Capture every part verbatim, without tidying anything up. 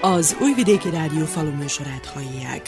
Az Újvidéki Rádió faluműsorát hallják.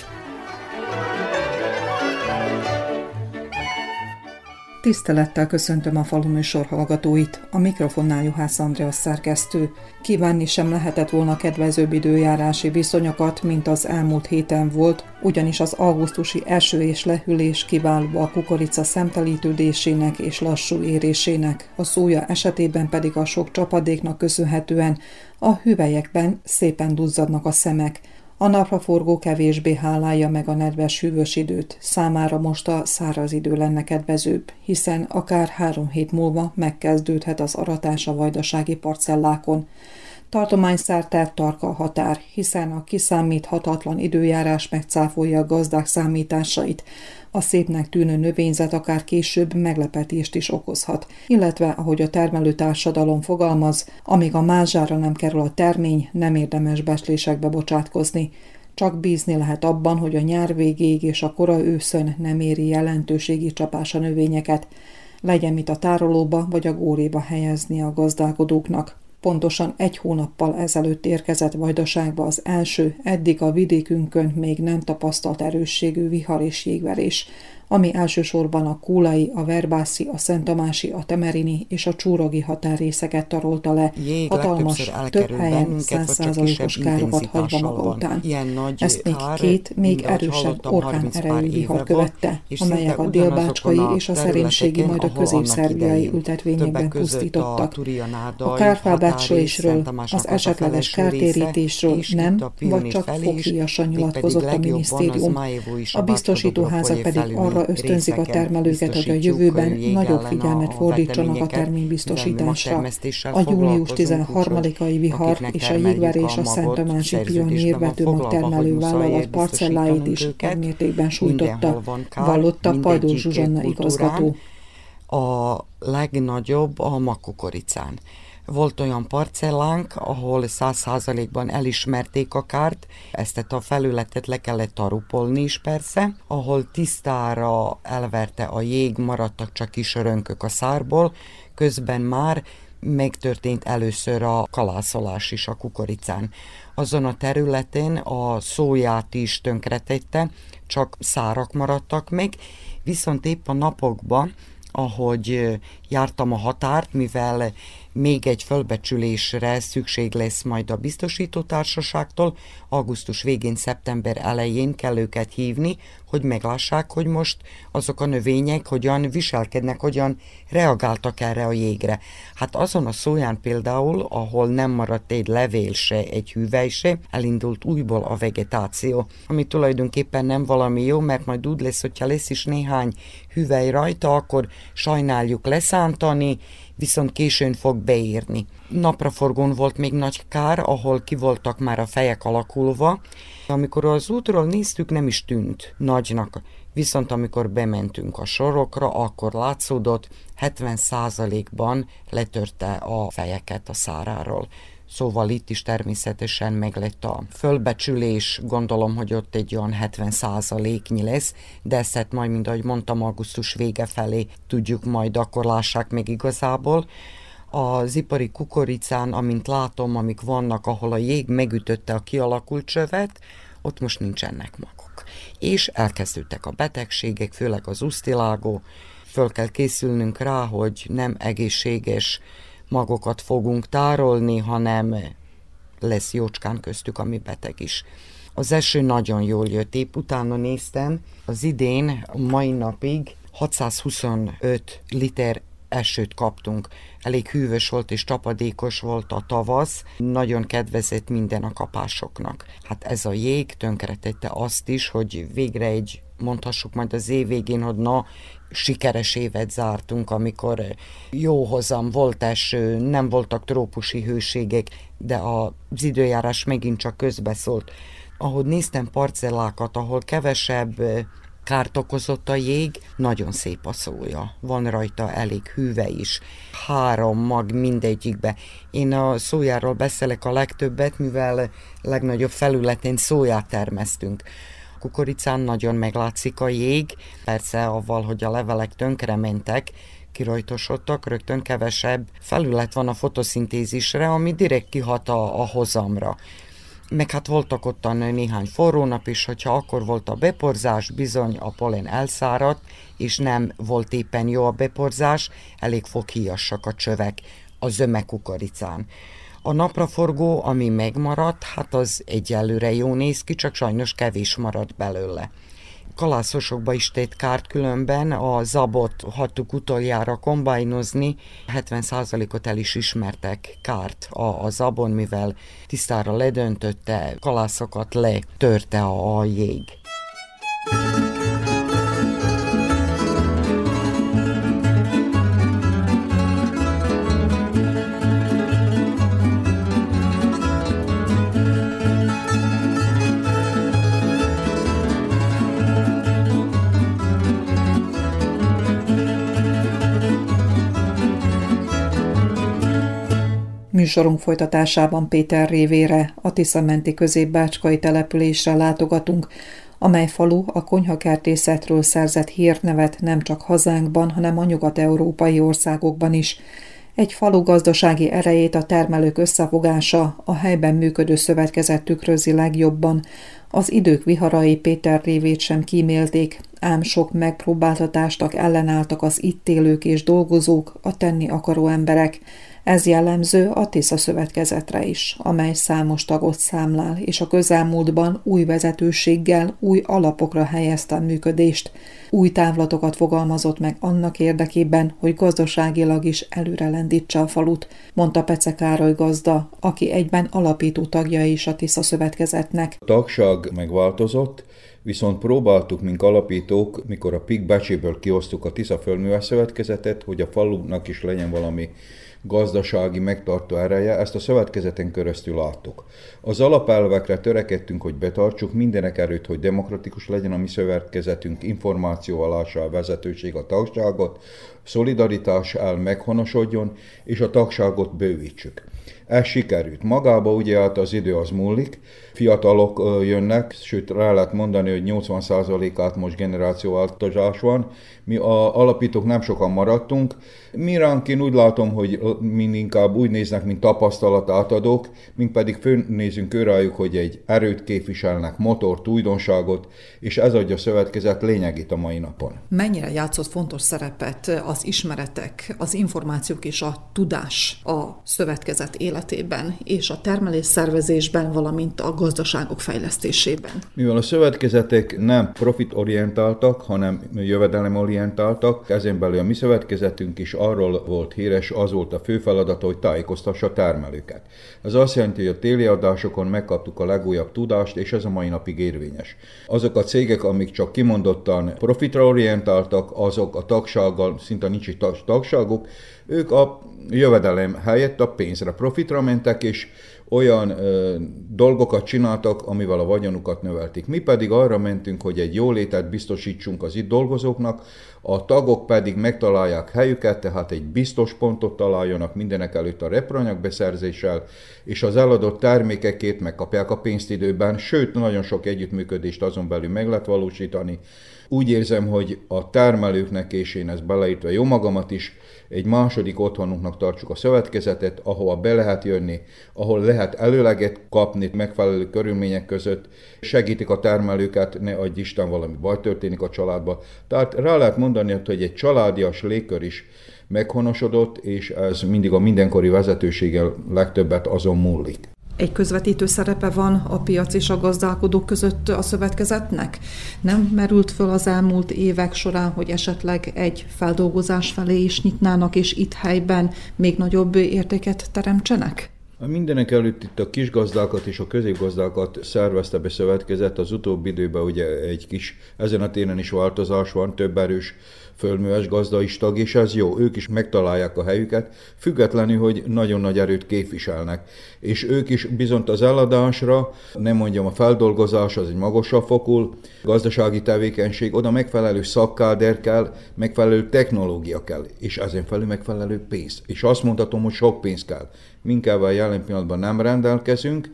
Tisztelettel köszöntöm a faluműsor hallgatóit, a mikrofonnál Juhász Andrea szerkesztő. Kívánni sem lehetett volna kedvezőbb időjárási viszonyokat, mint az elmúlt héten volt, ugyanis az augusztusi eső és lehűlés kiváló a kukorica szemtelítődésének és lassú érésének, a szója esetében pedig a sok csapadéknak köszönhetően a hüvelyekben szépen duzzadnak a szemek. A napraforgó kevésbé hálálja meg a nedves hűvös időt, számára most a száraz idő lenne kedvezőbb, hiszen akár három hét múlva megkezdődhet az aratás a vajdasági parcellákon. Tartományszerte tarka a határ, hiszen a kiszámíthatatlan időjárás megcáfolja a gazdák számításait. A szépnek tűnő növényzet akár később meglepetést is okozhat, illetve, ahogy a termelőtársadalom fogalmaz, amíg a mázsára nem kerül a termény, nem érdemes becslésekbe bocsátkozni. Csak bízni lehet abban, hogy a nyár végéig és a kora őszön nem éri jelentőségi csapás a növényeket, legyen mit a tárolóba vagy a góréba helyezni a gazdálkodóknak. Pontosan egy hónappal ezelőtt érkezett Vajdaságba az első, eddig a vidékünkön még nem tapasztalt erősségű vihar és jégverés, ami elsősorban a kúlai, a verbászi, a szenttamási, a temerini és a csúrogi határrészeket tarolta le, jég hatalmas, több helyen száz százalékos károkat hagyva maga után. Ezt még kár, két, még erősebb orkán erejű vihar követte, amelyek a délbácskai és a szerémségi, majd a középszerbiai ültetvényekben pusztítottak. A kárfelbecsülésről, az esetleges kártérítésről nem, vagy csak foghíjasan nyilatkozott a minisztérium. A biztosítóházak pedig arra ösztönzik a termelőket, hogy a jövőben nagyobb figyelmet fordítsanak a terménybiztosításra. A július tizenharmadikai vihar és a jégverés a Szent Tamási Pionír vetőmagtermelő vállalat parcelláit is nagymértékben sújtotta, vallotta Pajdós Zsuzsanna igazgató. A legnagyobb a magkukoricán. Volt olyan parcellánk, ahol száz százalékban elismerték a kárt, ezt a felületet le kellett tarupolni is persze, ahol tisztára elverte a jég, maradtak csak kis örönkök a szárból, közben már megtörtént először a kalászolás is a kukoricán. Azon a területen a szóját is tönkretette, csak szárak maradtak meg, viszont épp a napokban, ahogy jártam a határt, mivel még egy fölbecsülésre szükség lesz majd a biztosítótársaságtól, augusztus végén, szeptember elején kell őket hívni, hogy meglássák, hogy most azok a növények hogyan viselkednek, hogyan reagáltak erre a jégre. Hát azon a szóján például, ahol nem maradt egy levél se, egy hüvely se, elindult újból a vegetáció, ami tulajdonképpen nem valami jó, mert majd úgy lesz, hogyha lesz is néhány hüvely rajta, akkor sajnáljuk leszántani, viszont későn fog beérni. Napraforgón volt még nagy kár, ahol ki voltak már a fejek alakulva. Amikor az útról néztük, nem is tűnt nagynak, viszont amikor bementünk a sorokra, akkor látszódott, hetven százalékban letörte a fejeket a száráról. Szóval itt is természetesen meglett a fölbecsülés, gondolom, hogy ott egy olyan hetven százaléknyi lesz, de ezt majd, mint ahogy mondtam, augusztus vége felé tudjuk majd, akkor lássák meg igazából. Az ipari kukoricán, amint látom, amik vannak, ahol a jég megütötte a kialakult csövet, ott most nincsenek magok. És elkezdődtek a betegségek, főleg az usztilágó. Föl kell készülnünk rá, hogy nem egészséges magokat fogunk tárolni, hanem lesz jócskán köztük, ami beteg is. Az eső nagyon jól jött, épp utána néztem, az idén, mai napig hatszázhuszonöt liter esőt kaptunk. Elég hűvös volt és csapadékos volt a tavasz, nagyon kedvezett minden a kapásoknak. Hát ez a jég tönkretette azt is, hogy végre egy, mondhassuk majd az év végén, hogy na, sikeres évet zártunk, amikor jó hozam, volt eső, nem voltak trópusi hőségek, de az időjárás megint csak közbeszólt. Ahogy néztem parcellákat, ahol kevesebb kárt okozott a jég, nagyon szép a szója. Van rajta elég hűve is, három mag mindegyikbe. Én a szójáról beszélek a legtöbbet, mivel legnagyobb felületén szóját termesztünk. Kukoricán nagyon meglátszik a jég, persze avval, hogy a levelek tönkrementek, kirajtosodtak, rögtön kevesebb felület van a fotoszintézisre, ami direkt kihat a, a hozamra. meg hát voltak ottan néhány forró nap is, hogyha akkor volt a beporzás, bizony a polen elszáradt, és nem volt éppen jó a beporzás, elég foghíjassak a csövek a zöme kukoricán. A napraforgó, ami megmaradt, hát az egyelőre jó néz ki, csak sajnos kevés maradt belőle. Kalászosokba is tett kárt, különben a zabot hattuk utoljára kombájnozni, hetven százalékot el is ismertek kárt a, a zabon, mivel tisztára ledöntötte, kalászokat letörte a, a jég. Műsorunk folytatásában Péter révére, a Tisza-menti középbácskai településre látogatunk, amely falu a konyhakertészetről szerzett hírnevet nem csak hazánkban, hanem a nyugat-európai országokban is. Egy falu gazdasági erejét a termelők összefogása, a helyben működő szövetkezet tükrözi legjobban. Az idők viharai Péter révét sem kímélték, ám sok megpróbáltatásnak ellenálltak az itt élők és dolgozók, a tenni akaró emberek. Ez jellemző a Tisza szövetkezetre is, amely számos tagot számlál, és a közelmúltban új vezetőséggel, új alapokra helyezte a működést. Új távlatokat fogalmazott meg annak érdekében, hogy gazdaságilag is előre lendítse a falut, mondta Pece Károly gazda, aki egyben alapító tagja is a Tisza szövetkezetnek. A tagság megváltozott, viszont próbáltuk, mint alapítók, mikor a pé i ká Becséből kiosztuk a Tisza Földműves Szövetkezetet, hogy a falunak is legyen valami gazdasági megtartó ereje, ezt a szövetkezeten keresztül láttuk. Az alapelvekre törekedtünk, hogy betartsuk, mindenek előtt, hogy demokratikus legyen a mi szövetkezetünk, információ alása a vezetőség a tagságot, szolidaritás el meghonosodjon, és a tagságot bővítsük. Ez sikerült. Magába ugye hát az idő az múlik, fiatalok jönnek, sőt rá lehet mondani, hogy nyolcvan százalékát most generációváltozás van. Mi a alapítók nem sokan maradtunk. Mi ránk én úgy látom, hogy mi inkább úgy néznek, mint tapasztalat átadók, mint pedig fölnézünk őrájuk, hogy egy erőt képviselnek, motort, újdonságot, és ez adja a szövetkezet lényegét a mai napon. Mennyire játszott fontos szerepet az ismeretek, az információk és a tudás a szövetkezet életében és a termelésszervezésben, valamint a gazdaságok fejlesztésében? Mivel a szövetkezetek nem profitorientáltak, hanem jövedelemorientáltak, ezen belül a mi szövetkezetünk is arról volt híres, az volt a fő feladata, hogy tájékoztassa a termelőket. Ez azt jelenti, hogy a téli adásokon megkaptuk a legújabb tudást, és ez a mai napig érvényes. Azok a cégek, amik csak kimondottan profitra orientáltak, azok a tagsággal, szinte nincs egy tagságuk, ők a jövedelem helyett a pénzre, profitra mentek, és olyan ö, dolgokat csináltak, amivel a vagyonukat növelték. Mi pedig arra mentünk, hogy egy jólétet biztosítsunk az itt dolgozóknak, a tagok pedig megtalálják helyüket, tehát egy biztos pontot találjanak mindenek előtt a reproanyagbeszerzéssel, és az eladott termékekért megkapják a pénzt időben, sőt, nagyon sok együttműködést azon belül meg lehet valósítani. Úgy érzem, hogy a termelőknek, és én ezt beleírtve jó magamat is, egy második otthonunknak tartsuk a szövetkezetet, ahova be lehet jönni, ahol lehet előleget kapni megfelelő körülmények között, segítik a termelőket, ne adj Isten, valami baj történik a családba. Tehát rá lehet mondani, hogy egy családias légkör is meghonosodott, és ez mindig a mindenkori vezetőséggel legtöbbet azon múlik. Egy közvetítő szerepe van a piac és a gazdálkodók között a szövetkezetnek? Nem merült föl az elmúlt évek során, hogy esetleg egy feldolgozás felé is nyitnának, és itt helyben még nagyobb értéket teremtsenek? Mindenek előtt itt a kisgazdákat és a középgazdákat szervezte be szövetkezet, az utóbbi időben ugye egy kis, ezen a téren is változás van, több erős földműves gazda is tag, és ez jó, ők is megtalálják a helyüket, függetlenül, hogy nagyon nagy erőt képviselnek. És ők is bizont az eladásra, nem mondjam, a feldolgozás az egy magasabb fokú gazdasági tevékenység, oda megfelelő szakkáder kell, megfelelő technológia kell, és ezen felül megfelelő pénz. És azt mondhatom, hogy sok pénz kell. Minkával jelen pillanatban nem rendelkezünk,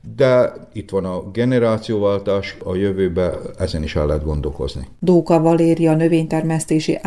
de itt van a generációváltás, a jövőben ezen is el lehet gondolkozni. Dóka Valéria növénytermesztési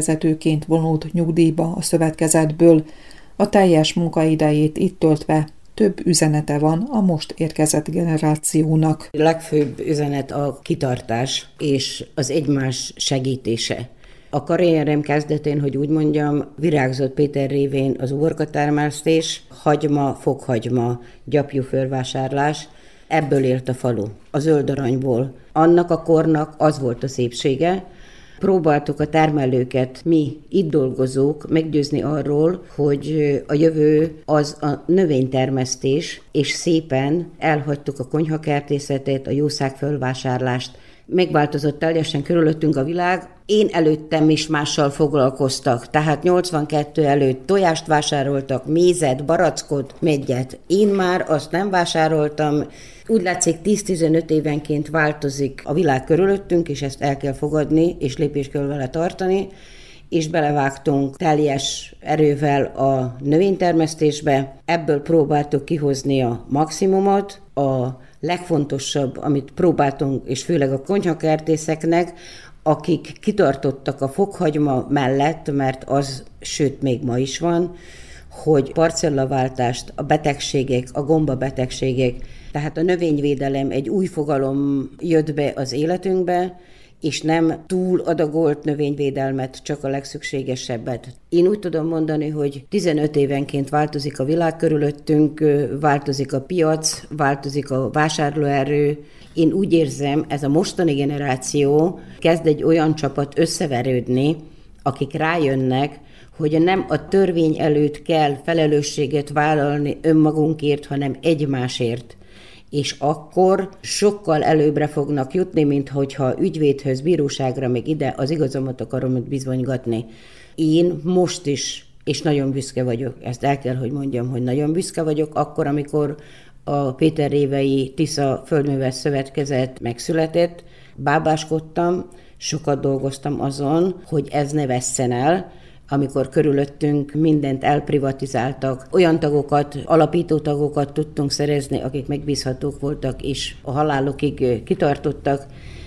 ágazatvezetőként vonult nyugdíjba a szövetkezetből, a teljes munkaidejét itt töltve több üzenete van a most érkezett generációnak. A legfőbb üzenet a kitartás és az egymás segítése. A karrierem kezdetén, hogy úgy mondjam, virágzott Péter révén az uborkatermesztés, hagyma, fokhagyma, gyapjúfölvásárlás, ebből élt a falu, a zöld aranyból. Annak a kornak az volt a szépsége. Próbáltuk a termelőket, mi itt dolgozók meggyőzni arról, hogy a jövő az a növénytermesztés, és szépen elhagytuk a konyhakertészetet, a jószágfölvásárlást. Megváltozott teljesen körülöttünk a világ. Én előttem is mással foglalkoztak, tehát nyolcvankettő előtt tojást vásároltak, mézet, barackot, meggyet. Én már azt nem vásároltam. Úgy látszik, tíz-tizenöt évenként változik a világ körülöttünk, és ezt el kell fogadni, és lépést kell vele tartani, és belevágtunk teljes erővel a növénytermesztésbe. Ebből próbáltuk kihozni a maximumot, a legfontosabb, amit próbáltunk, és főleg a konyhakertészeknek, akik kitartottak a fokhagyma mellett, mert az, sőt még ma is van, hogy parcellaváltást, a betegségek, a gombabetegségek, tehát a növényvédelem egy új fogalom jött be az életünkbe, és nem túl adagolt növényvédelmet, csak a legszükségesebbet. Én úgy tudom mondani, hogy tizenöt évenként változik a világ körülöttünk, változik a piac, változik a vásárlóerő. Én úgy érzem, ez a mostani generáció kezd egy olyan csapat összeverődni, akik rájönnek, hogy nem a törvény előtt kell felelősséget vállalni önmagunkért, hanem egymásért. És akkor sokkal előbbre fognak jutni, mint hogyha ügyvédhöz, bíróságra, még ide az igazomat akarom bizonygatni. Én most is, és nagyon büszke vagyok, ezt el kell, hogy mondjam, hogy nagyon büszke vagyok, akkor, amikor a Péterrévei Tisza Földműves Szövetkezet megszületett, bábáskodtam, sokat dolgoztam azon, hogy ez ne vesszen el, amikor körülöttünk mindent elprivatizáltak. Olyan tagokat, alapító tagokat tudtunk szerezni, akik megbízhatók voltak, és a halálukig kitartottak,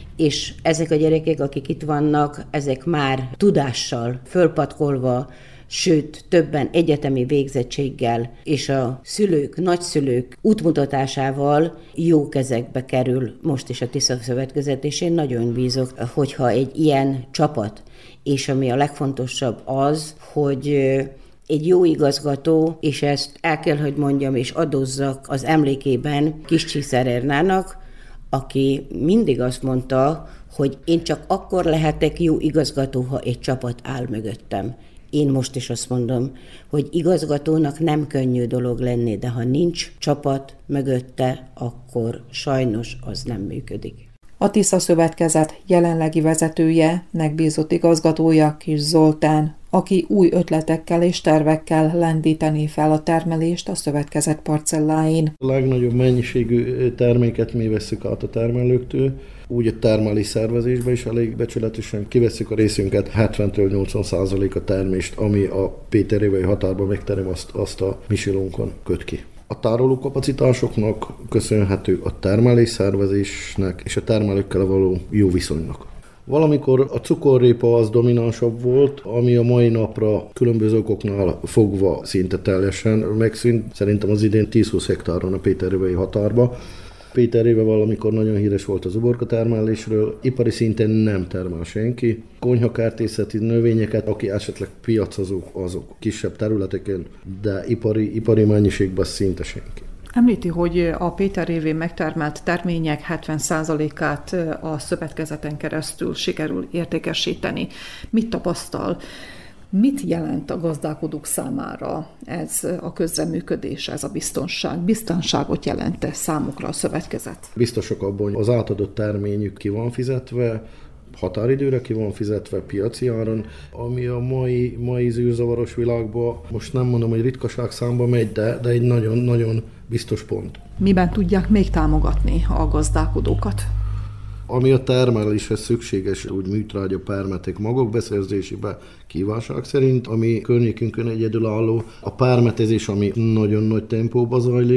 és ezek a gyerekek, akik itt vannak, ezek már tudással, fölpatkolva, sőt, többen egyetemi végzettséggel, és a szülők, nagyszülők útmutatásával jó kezekbe kerül most is a Tisza Szövetkezet, és én nagyon bízok, hogyha egy ilyen csapat, és ami a legfontosabb az, hogy egy jó igazgató, és ezt el kell, hogy mondjam, és adózzak az emlékében Kiscsíszer Ernának, aki mindig azt mondta, hogy én csak akkor lehetek jó igazgató, ha egy csapat áll mögöttem. Én most is azt mondom, hogy igazgatónak nem könnyű dolog lenni, de ha nincs csapat mögötte, akkor sajnos az nem működik. A Tisza Szövetkezet jelenlegi vezetője, megbízott igazgatója Kiss Zoltán, aki új ötletekkel és tervekkel lendítené fel a termelést a szövetkezet parcelláin. A legnagyobb mennyiségű terméket mi vesszük át a termelőktől, úgy a termelés szervezésben is elég becsületesen kivesszük a részünket, hetventől nyolcvan százalék a termést, ami a Péterrévei határban megterem, azt, azt a misilónkon köt ki. A tárolókapacitásoknak köszönhető a termelésszervezésnek és a termelőkkel való jó viszonynak. Valamikor a cukorrépa az dominánsabb volt, ami a mai napra különböző okoknál fogva szinte teljesen megszűnt. Szerintem az idén tíz-húsz hektáron a Péterrévei határba. Péterréve valamikor nagyon híres volt az uborka termelésről, ipari szinten nem termel senki. Konyhakertészeti növényeket, aki esetleg piacozók, azok kisebb területeken, de ipari, ipari mennyiségben szinte senki. Említi, hogy a Péterrévén megtermelt termények hetven százalékát a szövetkezeten keresztül sikerül értékesíteni. Mit tapasztal? Mit jelent a gazdálkodók számára ez a közreműködés, ez a biztonság? Biztonságot jelent-e számukra a szövetkezet? Biztosak abban, hogy az átadott terményük ki van fizetve, határidőre ki van fizetve piaci áron, ami a mai, mai zűrzavaros világban, most nem mondom, hogy ritkaság számba megy, de, de egy nagyon-nagyon biztos pont. Miben tudják még támogatni a gazdálkodókat? Ami a termeléshez szükséges, úgy műtrágya, permetek magok beszerzésébe kívánság szerint, ami környékünkön egyedülálló. A permetezés, ami nagyon nagy tempóba zajlik,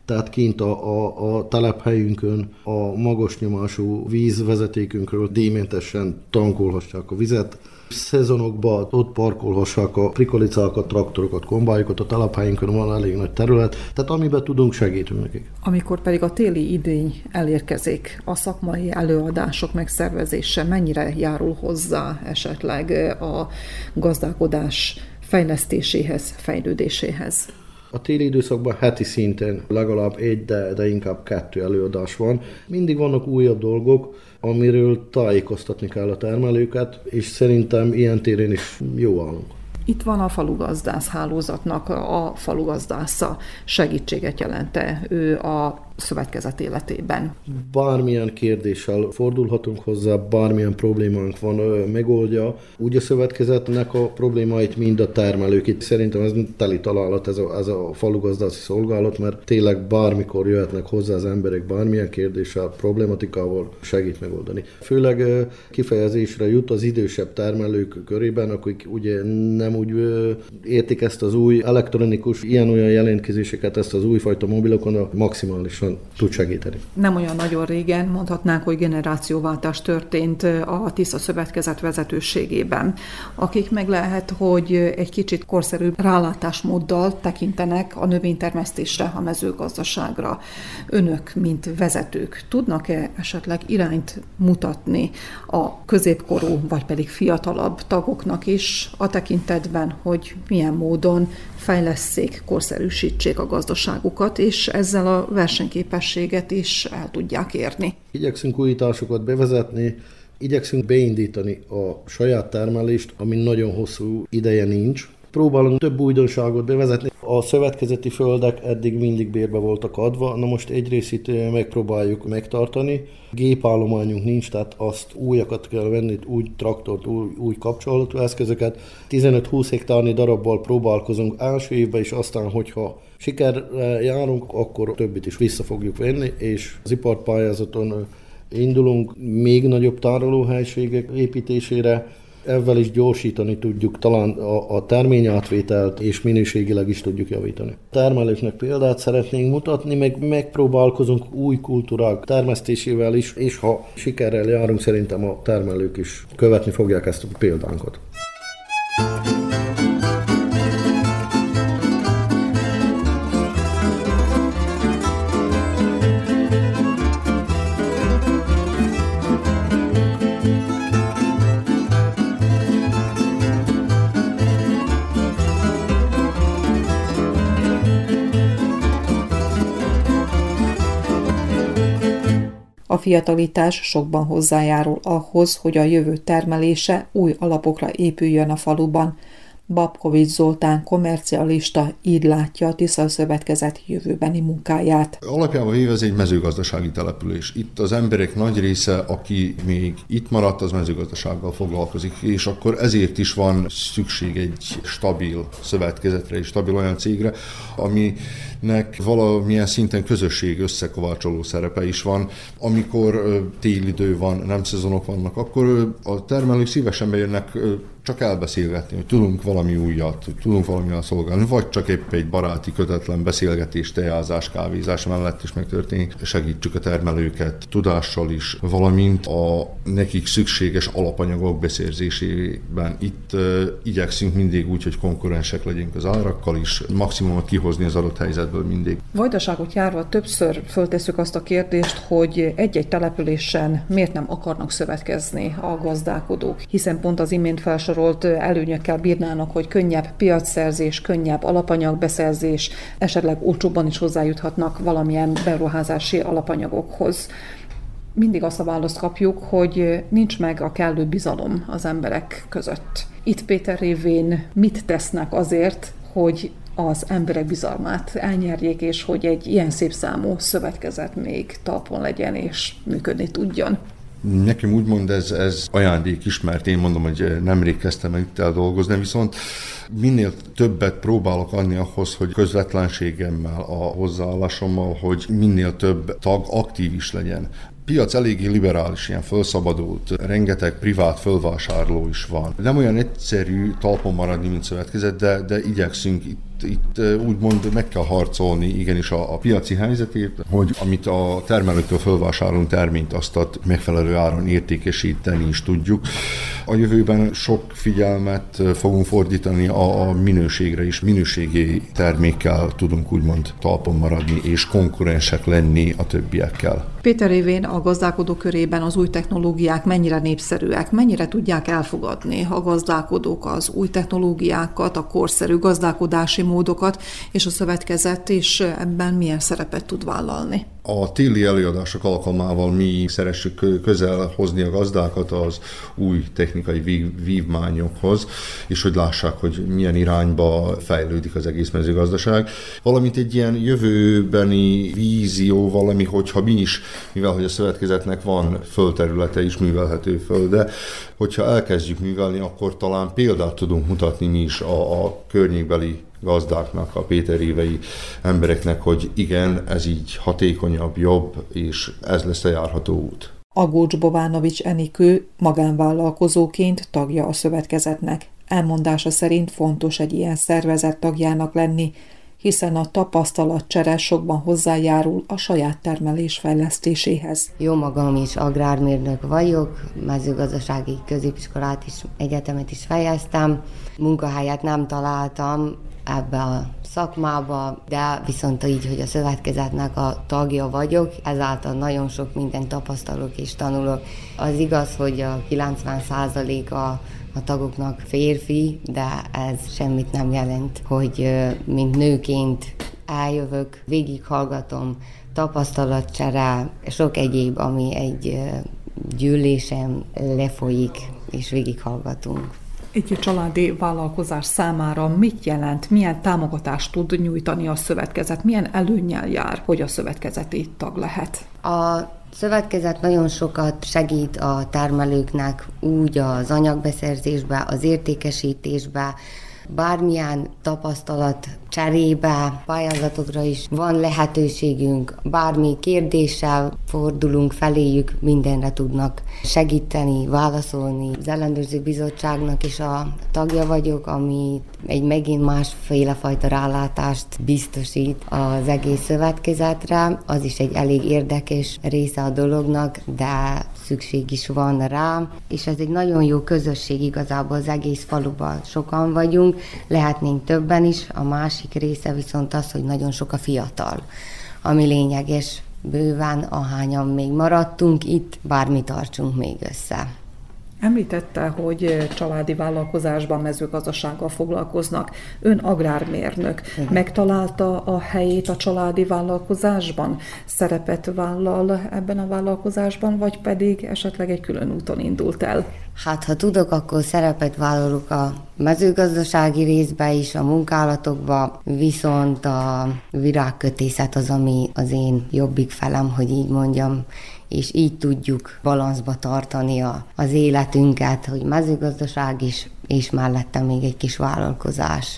tehát kint a, a, a telephelyünkön a magas nyomású vízvezetékünkről díjmentesen tankolhassák a vizet. Szezonokban ott parkolhassák a prikolicákat, traktorokat, kombályokat, a telephelyünkön van elég nagy terület, tehát amiben tudunk, segítünk nekik. Amikor pedig a téli idény elérkezik, a szakmai előadások megszervezése mennyire járul hozzá esetleg a gazdálkodás fejlesztéséhez, fejlődéséhez? A téli időszakban heti szinten legalább egy, de, de inkább kettő előadás van. Mindig vannak újabb dolgok, amiről tájékoztatni kell a termelőket, és szerintem ilyen téren is jó állunk. Itt van a falugazdász hálózatnak a falugazdásza. Segítséget jelente ő a szövetkezet életében? Bármilyen kérdéssel fordulhatunk hozzá, bármilyen problémánk van, megoldja. Úgy a szövetkezetnek a problémáit mind a termelők. Itt szerintem ez teli találat, ez a, ez a falugazdászi szolgálat, mert tényleg bármikor jöhetnek hozzá az emberek bármilyen kérdéssel, problematikával segít megoldani. Főleg kifejezésre jut az idősebb termelők körében, akik ugye nem úgy értik ezt az új elektronikus, ilyen-olyan jelentkezéseket, ezt az újfajta mobilokon a maximálisan tud segíteni. Nem olyan nagyon régen mondhatnánk, hogy generációváltás történt a Tisza Szövetkezet vezetőségében, akik meg lehet, hogy egy kicsit korszerűbb rálátásmóddal tekintenek a növénytermesztésre, a mezőgazdaságra. Önök, mint vezetők, tudnak-e esetleg irányt mutatni a középkorú, vagy pedig fiatalabb tagoknak is a tekintetben, hogy milyen módon fejlesszék, korszerűsítsék a gazdaságukat, és ezzel a versenyképességet is el tudják érni. Igyekszünk újításokat bevezetni, igyekszünk beindítani a saját termelést, ami nagyon hosszú ideje nincs. Próbálunk több újdonságot bevezetni. A szövetkezeti földek eddig mindig bérbe voltak adva, na most egy részét megpróbáljuk megtartani. Gépállományunk nincs, tehát azt újakat kell venni, új traktort, új, új kapcsolatú eszközöket. tizenöt-húsz hektárnyi darabbal próbálkozunk első évben, és aztán, hogyha sikerre járunk, akkor többit is vissza fogjuk venni, és az iparpályázaton indulunk még nagyobb tárolóhelységek építésére. Ezzel is gyorsítani tudjuk talán a, a terményátvételt, és minőségileg is tudjuk javítani. A termelőknek példát szeretnénk mutatni, meg megpróbálkozunk új kultúrák termesztésével is, és ha sikerrel járunk, szerintem a termelők is követni fogják ezt a példánkat. A fiatalítás sokban hozzájárul ahhoz, hogy a jövő termelése új alapokra épüljön a faluban. Babkovics Zoltán kommercialista így látja a Tisza Szövetkezet jövőbeni munkáját. Alapjában véve ez egy mezőgazdasági település. Itt az emberek nagy része, aki még itt maradt, az mezőgazdasággal foglalkozik, és akkor ezért is van szükség egy stabil szövetkezetre, egy stabil olyan cégre, aminek valamilyen szinten közösség összekovácsoló szerepe is van. Amikor télidő van, nem szezonok vannak, akkor a termelők szívesen bejönnek csak elbeszélgetni, hogy tudunk valami újat, hogy tudunk valamivel szolgálni, vagy csak épp egy baráti, kötetlen beszélgetés, tejázás, kávézás mellett is megtörténik. Segítsük a termelőket tudással is, valamint a nekik szükséges alapanyagok beszerzésében. Itt uh, igyekszünk mindig úgy, hogy konkurensek legyünk az árakkal is, maximumot kihozni az adott helyzetből mindig. Vajdaságot járva többször föltesszük azt a kérdést, hogy egy-egy településen miért nem akarnak szövetkezni a gazdálkodók, hiszen pont az imént felsorolt előnyökkel bírnának, hogy könnyebb piacszerzés, könnyebb alapanyagbeszerzés, esetleg olcsóbban is hozzájuthatnak valamilyen beruházási alapanyagokhoz. Mindig azt a választ kapjuk, hogy nincs meg a kellő bizalom az emberek között. Itt Péter révén mit tesznek azért, hogy az emberek bizalmát elnyerjék, és hogy egy ilyen szép számú szövetkezet még talpon legyen és működni tudjon? Nekem úgymond ez, ez ajándék is, mert én mondom, hogy nemrég kezdtem el itt el dolgozni, viszont minél többet próbálok adni ahhoz, hogy közvetlenségemmel, a hozzáállásommal, hogy minél több tag aktív is legyen. piac eléggé liberális, ilyen felszabadult, rengeteg privát fölvásárló is van. Nem olyan egyszerű talpon maradni, mint szövetkezet, de, de igyekszünk itt Itt úgymond meg kell harcolni igenis a, a piaci helyzetét, hogy amit a termelőtől fölvásárolunk terményt, azt a megfelelő áron értékesíteni is tudjuk. A jövőben sok figyelmet fogunk fordítani a, a minőségre is, minőségi termékkel tudunk úgymond talpon maradni és konkurensek lenni a többiekkel. Péter révén a gazdálkodók körében az új technológiák mennyire népszerűek, mennyire tudják elfogadni a gazdálkodók az új technológiákat, a korszerű gazdálkodási módokat, és a szövetkezet is ebben milyen szerepet tud vállalni? A téli előadások alkalmával mi szeressük közel hozni a gazdákat az új technikai vívmányokhoz, és hogy lássák, hogy milyen irányba fejlődik az egész mezőgazdaság. Valamint egy ilyen jövőbeni vízió, valami, hogyha mi is, mivel hogy a szövetkezetnek van földterülete is, művelhető földe, hogyha elkezdjük művelni, akkor talán példát tudunk mutatni mi is a, a környékbeli gazdáknak, a péterévei embereknek, hogy igen, ez így hatékonyabb, jobb, és ez lesz a járható út. Agócs Bobánovics Enikő magánvállalkozóként tagja a szövetkezetnek. Elmondása szerint fontos egy ilyen szervezet tagjának lenni, hiszen a tapasztalatcsere sokban hozzájárul a saját termelés fejlesztéséhez. Jó magam is agrármérnök vagyok, mezőgazdasági középiskolát is, egyetemet is fejeztem. Munkahelyet nem találtam ebbe a szakmába, de viszont így, hogy a szövetkezetnek a tagja vagyok, ezáltal nagyon sok mindent tapasztalok és tanulok. Az igaz, hogy a kilencven százaléka a tagoknak férfi, de ez semmit nem jelent, hogy mint nőként eljövök, végighallgatom, tapasztalatcsere, sok egyéb, ami egy gyűlésen lefolyik, és végighallgatunk. Egy családi vállalkozás számára mit jelent, milyen támogatást tud nyújtani a szövetkezet, milyen előnnyel jár, hogy a szövetkezeti tag lehet? A szövetkezet nagyon sokat segít a termelőknek úgy az anyagbeszerzésbe, az értékesítésbe, bármilyen tapasztalat cserébe, pályázatokra is van lehetőségünk, bármi kérdéssel fordulunk feléjük, mindenre tudnak segíteni, válaszolni. Az ellenőrző bizottságnak is a tagja vagyok, ami egy megint másféle fajta rálátást biztosít az egész szövetkezetre. Az is egy elég érdekes része a dolognak, de szükség is van rá, és ez egy nagyon jó közösség igazából az egész faluban. Sokan vagyunk, lehetnénk többen is, a másik része viszont az, hogy nagyon sok a fiatal, ami lényeges, bőven ahányan még maradtunk itt, bármi tartsunk még össze. Említette, hogy családi vállalkozásban mezőgazdasággal foglalkoznak. Ön agrármérnök. Igen. Megtalálta a helyét a családi vállalkozásban? Szerepet vállal ebben a vállalkozásban, vagy pedig esetleg egy külön úton indult el? Hát, ha tudok, akkor szerepet vállalok a mezőgazdasági részbe is, a munkálatokba, viszont a virágkötészet az, ami az én jobbik felem, hogy így mondjam, és így tudjuk balanszba tartani a, az életünket, hogy mezőgazdaság is, és mellette még egy kis vállalkozás.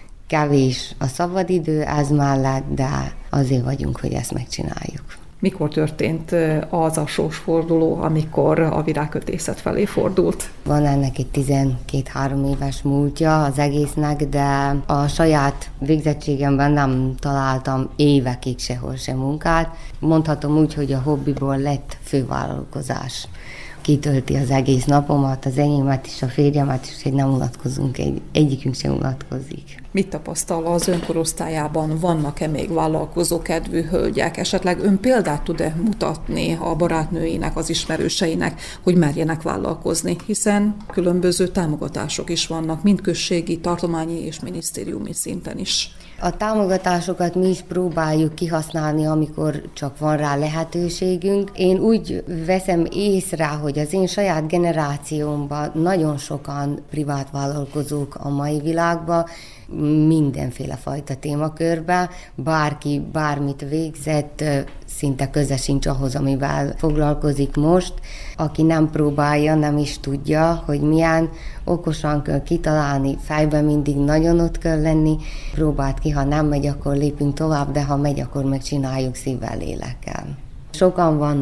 Kevés a szabadidő ez mellett, de azért vagyunk, hogy ezt megcsináljuk. Mikor történt az a sorsforduló, amikor a virágkötészet felé fordult? Van ennek egy tizenkét-három éves múltja az egésznek, de a saját végzettségemben nem találtam évekig sehol sem munkát. Mondhatom úgy, hogy a hobbiból lett fővállalkozás. Kitölti az egész napomat, az enyémet is, a férjemet is, hogy nem unatkozunk, egy, egyikünk sem unatkozik. Mit tapasztal az önkorosztályában? Vannak-e még vállalkozókedvű hölgyek? Esetleg ön példát tud-e mutatni a barátnőinek, az ismerőseinek, hogy merjenek vállalkozni? Hiszen különböző támogatások is vannak, mind községi, tartományi és minisztériumi szinten is. A támogatásokat mi is próbáljuk kihasználni, amikor csak van rá lehetőségünk. Én úgy veszem észre, hogy az én saját generációmban nagyon sokan privát vállalkozók a mai világban, mindenféle fajta témakörben, bárki bármit végzett, szinte köze sincs ahhoz, amivel foglalkozik most. Aki nem próbálja, nem is tudja, hogy milyen okosan kell kitalálni, fejben mindig nagyon ott kell lenni, próbált ki, ha nem megy, akkor lépünk tovább, de ha megy, akkor megcsináljuk szívvel, lélekkel. Sokan vannak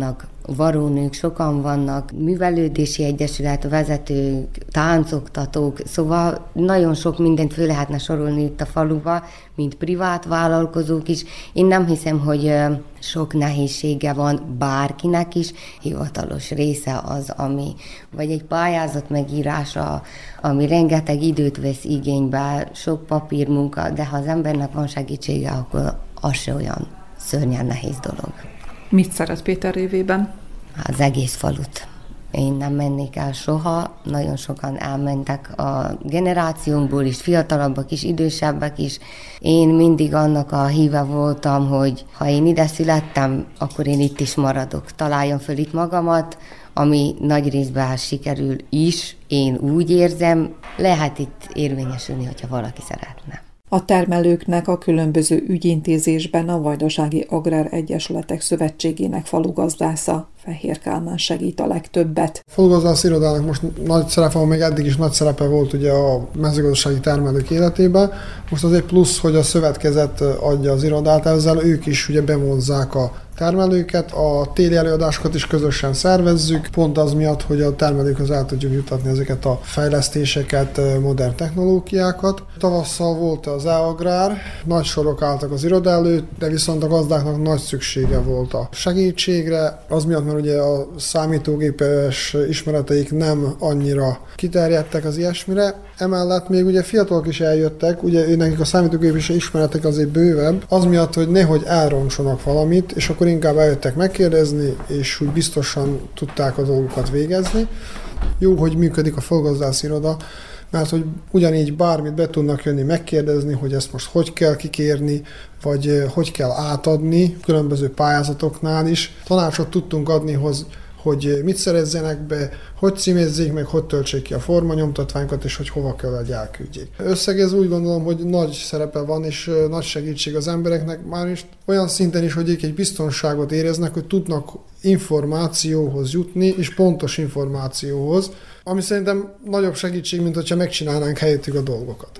varónők sokan vannak, művelődési egyesület, vezetők, táncoktatók, szóval nagyon sok mindent föl lehetne sorolni itt a faluba, mint privát vállalkozók is. Én nem hiszem, hogy sok nehézsége van bárkinek is, hivatalos része az, ami, vagy egy pályázat megírása, ami rengeteg időt vesz igénybe, sok papírmunka, de ha az embernek van segítsége, akkor az se olyan szörnyen nehéz dolog. Mit szeret Péter révében? Az egész falut. Én nem mennék el soha, nagyon sokan elmentek a generációnkból is, fiatalabbak is, idősebbek is. Én mindig annak a híve voltam, hogy ha én ide születtem, akkor én itt is maradok. Találjam föl itt magamat, ami nagy részben sikerül is, én úgy érzem, lehet itt érvényesülni, hogyha valaki szeretne. A termelőknek a különböző ügyintézésben a Vajdasági Agrár Egyesületek Szövetségének falugazdásza Fehér Kálmán segít a legtöbbet. A falugazdász irodának most nagy szerepe van, még eddig is nagy szerepe volt ugye a mezőgazdasági termelők életében. Most az egy plusz, hogy a szövetkezet adja az irodát, ezzel ők is ugye bevonzzák a termelőket, a téli előadásokat is közösen szervezzük, pont az miatt, hogy a termelőkhöz el tudjuk jutatni ezeket a fejlesztéseket, modern technológiákat. Tavasszal volt az e-agrár, nagy sorok álltak az iroda előtt, de viszont a gazdáknak nagy szüksége volt a segítségre, az miatt, mert ugye a számítógépes ismereteik nem annyira kiterjedtek az ilyesmire. Emellett még ugye fiatalok is eljöttek, ugye nekik a számítógépes ismeretek azért bővebb, az miatt, hogy nehogy elrontsanak valamit, és akkor inkább eljöttek megkérdezni, és úgy biztosan tudták a dolgokat végezni. Jó, hogy működik a falugazdász iroda, mert hogy ugyanígy bármit be tudnak jönni megkérdezni, hogy ezt most hogy kell kikérni, vagy hogy kell átadni, különböző pályázatoknál is. Tanácsot tudtunk adni, hogy mit szerezzenek be, hogy címézzék meg, hogy töltsék ki a formanyomtatványokat, és hogy hova kell, hogy elküldjék. Összegez úgy gondolom, hogy nagy szerepe van, és nagy segítség az embereknek, már is olyan szinten is, hogy ők egy biztonságot éreznek, hogy tudnak információhoz jutni, és pontos információhoz, ami szerintem nagyobb segítség, mint hogyha megcsinálnánk helyettük a dolgokat.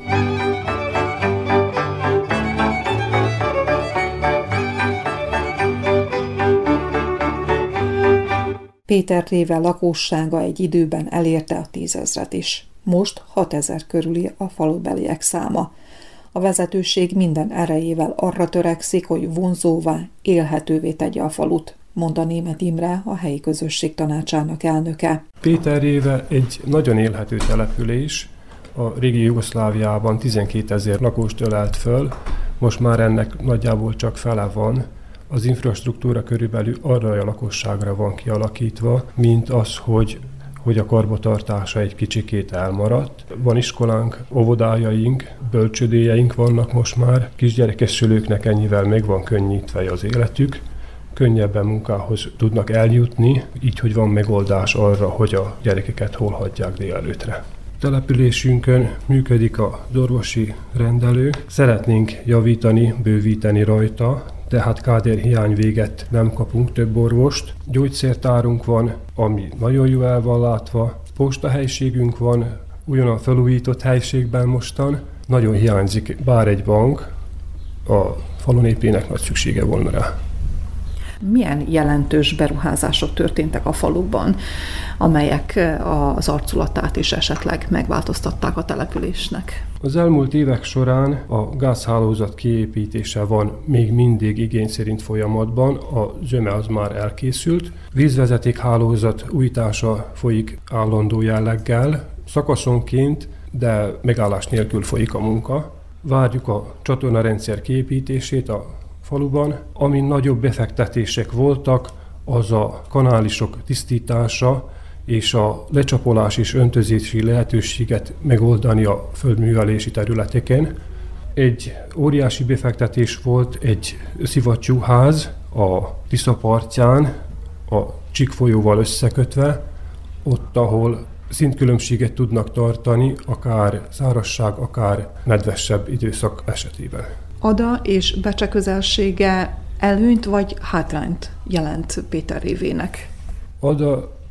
Péter réve lakossága egy időben elérte a tízezret is. Most hatezer körüli a falubeliek száma. A vezetőség minden erejével arra törekszik, hogy vonzóvá, élhetővé tegye a falut, mondta Németh Imre, a helyi közösség tanácsának elnöke. Péter réve egy nagyon élhető település. A régi Jugoszláviában tizenkétezer lakost ölelt föl, most már ennek nagyjából csak fele van. Az infrastruktúra körülbelül arra a lakosságra van kialakítva, mint az, hogy, hogy a karbantartása egy kicsikét elmaradt. Van iskolánk, óvodájaink, bölcsődéjeink vannak most már. Kisgyerekes szülőknek ennyivel meg van könnyítve az életük. Könnyebben munkához tudnak eljutni, így, hogy van megoldás arra, hogy a gyerekeket hol hagyják délelőtre. Településünkön működik az orvosi rendelő. Szeretnénk javítani, bővíteni rajta, tehát kádérhiány véget nem kapunk több orvost. Gyógyszertárunk van, ami nagyon jó el van látva. Postahelyiségünk van, ugyan felújított helyiségben mostan. Nagyon hiányzik bár egy bank, a falu népének nagy szüksége volna rá. Milyen jelentős beruházások történtek a faluban, amelyek az arculatát is esetleg megváltoztatták a településnek? Az elmúlt évek során a gázhálózat kiépítése van még mindig igény szerint folyamatban, a zöme az már elkészült. Vízvezetékhálózat újítása folyik állandó jelleggel, szakaszonként, de megállás nélkül folyik a munka. Várjuk a csatornarendszer kiépítését a faluban. Amin nagyobb befektetések voltak, az a kanálisok tisztítása és a lecsapolás és öntözési lehetőséget megoldani a földművelési területeken. Egy óriási befektetés volt egy szivattyúház a Tisza partján, a Csík folyóval összekötve, ott, ahol szintkülönbséget tudnak tartani, akár szárazság, akár nedvesebb időszak esetében. Ada és Becse közelsége előnyt vagy hátrányt jelent Péter révének? Ada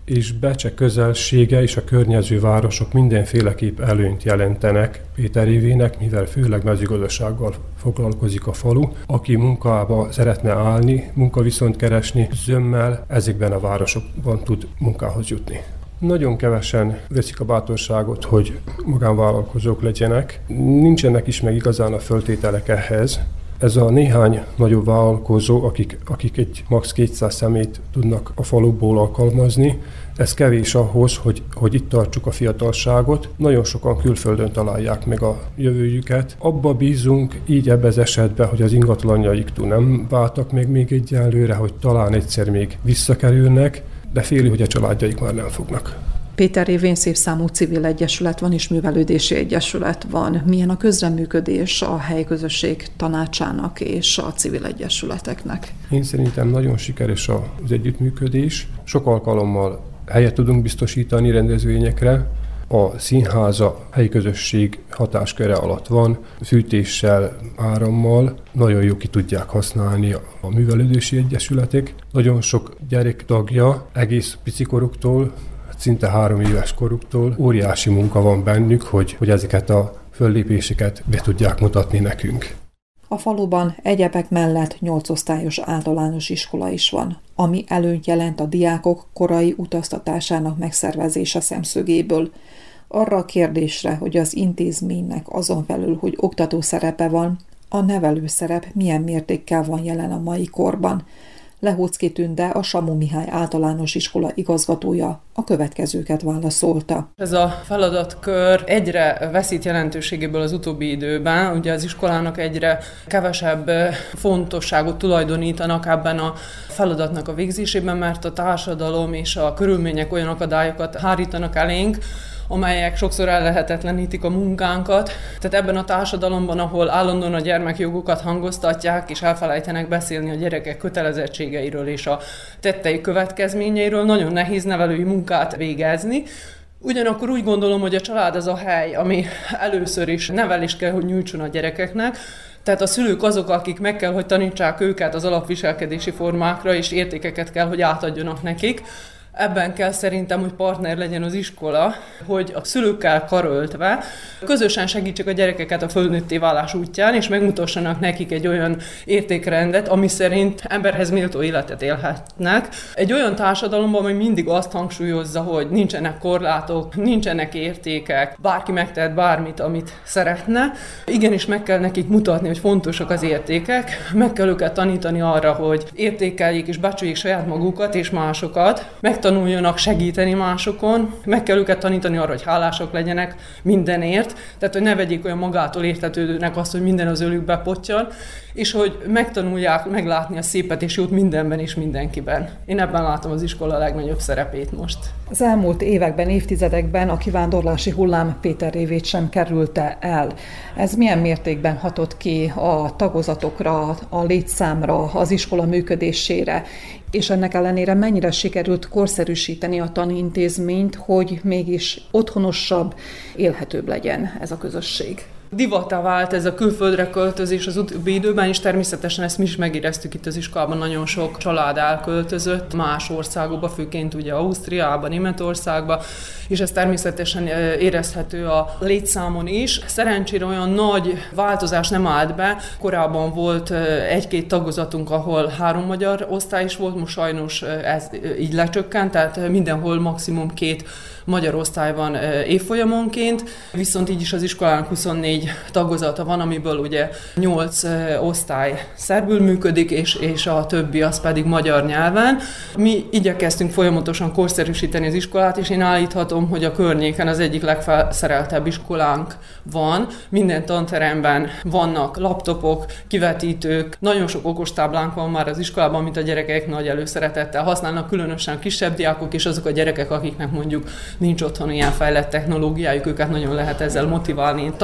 és Becse közelsége és a környező városok mindenféleképp előnyt jelentenek Péterrévének, mivel főleg mezőgazdasággal foglalkozik a falu. Aki munkába szeretne állni, munkaviszonyt keresni, zömmel ezekben a városokban tud munkához jutni. Nagyon kevesen veszik a bátorságot, hogy magánvállalkozók legyenek. Nincsenek is meg igazán a föltételek ehhez. Ez a néhány nagyobb vállalkozó, akik, akik egy max. kétszáz személyt tudnak a faluból alkalmazni, ez kevés ahhoz, hogy, hogy itt tartsuk a fiatalságot. Nagyon sokan külföldön találják meg a jövőjüket. Abba bízunk így ebben az esetben, hogy az ingatlanjaiktól nem váltak meg még egyenlőre, hogy talán egyszer még visszakerülnek, de féli, hogy a családjaik már nem fognak. Péterrévén szép számú civil egyesület van és művelődési egyesület van. Milyen a közreműködés a helyközösség tanácsának és a civil egyesületeknek? Én szerintem nagyon sikeres az együttműködés. Sok alkalommal helyet tudunk biztosítani rendezvényekre. A színháza helyi közösség hatásköre alatt van, fűtéssel, árammal, nagyon jó ki tudják használni a művelődési egyesületek. Nagyon sok gyerek tagja, egész picikoroktól, szinte három éves koruktól óriási munka van bennük, hogy, hogy ezeket a föllépéseket be tudják mutatni nekünk. A faluban egyebek mellett nyolc osztályos általános iskola is van, ami előnyt jelent a diákok korai utaztatásának megszervezése szemszögéből. Arra a kérdésre, hogy az intézménynek azon felül, hogy oktató szerepe van, a nevelő szerep milyen mértékkel van jelen a mai korban. Lehóczki Tünde, a Samu Mihály általános iskola igazgatója a következőket válaszolta. Ez a feladatkör egyre veszít jelentőségéből az utóbbi időben. Ugye az iskolának egyre kevesebb fontosságot tulajdonítanak ebben a feladatnak a végzésében, mert a társadalom és a körülmények olyan akadályokat hárítanak elénk, amelyek sokszor ellehetetlenítik a munkánkat. Tehát ebben a társadalomban, ahol állandóan a gyermekjogokat hangoztatják, és elfelejtenek beszélni a gyerekek kötelezettségeiről és a tettei következményeiről, nagyon nehéz nevelői munkát végezni. Ugyanakkor úgy gondolom, hogy a család az a hely, ami először is nevelést kell, hogy nyújtson a gyerekeknek. Tehát a szülők azok, akik meg kell, hogy tanítsák őket az alapviselkedési formákra, és értékeket kell, hogy átadjanak nekik. Ebben kell szerintem, hogy partner legyen az iskola, hogy a szülőkkel karöltve közösen segítsék a gyerekeket a fölnőtté válás útján, és megmutassanak nekik egy olyan értékrendet, ami szerint emberhez méltó életet élhetnek. Egy olyan társadalomban, ami mindig azt hangsúlyozza, hogy nincsenek korlátok, nincsenek értékek, bárki megtehet bármit, amit szeretne. Igenis meg kell nekik mutatni, hogy fontosak az értékek, meg kell őket tanítani arra, hogy értékeljék és becsüljék saját magukat és másokat, meg tanuljanak segíteni másokon, meg kell őket tanítani arra, hogy hálásak legyenek mindenért, tehát hogy ne vegyék olyan magától értetődőnek azt, hogy minden az ölükbe pottyan, és hogy megtanulják meglátni a szépet és jót mindenben és mindenkiben. Én ebben látom az iskola legnagyobb szerepét most. Az elmúlt években, évtizedekben a kivándorlási hullám Péterrévét sem kerülte el. Ez milyen mértékben hatott ki a tagozatokra, a létszámra, az iskola működésére, és ennek ellenére mennyire sikerült korszerűsíteni a tanintézményt, hogy mégis otthonosabb, élhetőbb legyen ez a közösség? Divattá vált ez a külföldre költözés az utóbbi időben, és természetesen ezt mi is megéreztük itt az iskolában, nagyon sok család elköltözött más országokba, főként ugye Ausztriába, Németországba, és ez természetesen érezhető a létszámon is. Szerencsére olyan nagy változás nem állt be, korábban volt egy-két tagozatunk, ahol három magyar osztály is volt, most sajnos ez így lecsökkent, tehát mindenhol maximum két magyar osztály van évfolyamonként, viszont így is az iskolának huszonnégy tagozata van, amiből ugye nyolc osztály szerbül működik, és, és a többi az pedig magyar nyelven. Mi igyekeztünk folyamatosan korszerűsíteni az iskolát, és én állíthatom, hogy a környéken az egyik legfelszereltebb iskolánk van. Minden tanteremben vannak laptopok, kivetítők, nagyon sok okostáblánk van már az iskolában, amit a gyerekek nagy előszeretettel használnak, különösen kisebb diákok, és azok a gyerekek, akiknek mondjuk nincs otthon ilyen fejlett technológiájuk, őket nagyon lehet ezzel motiválni. Én tanárként is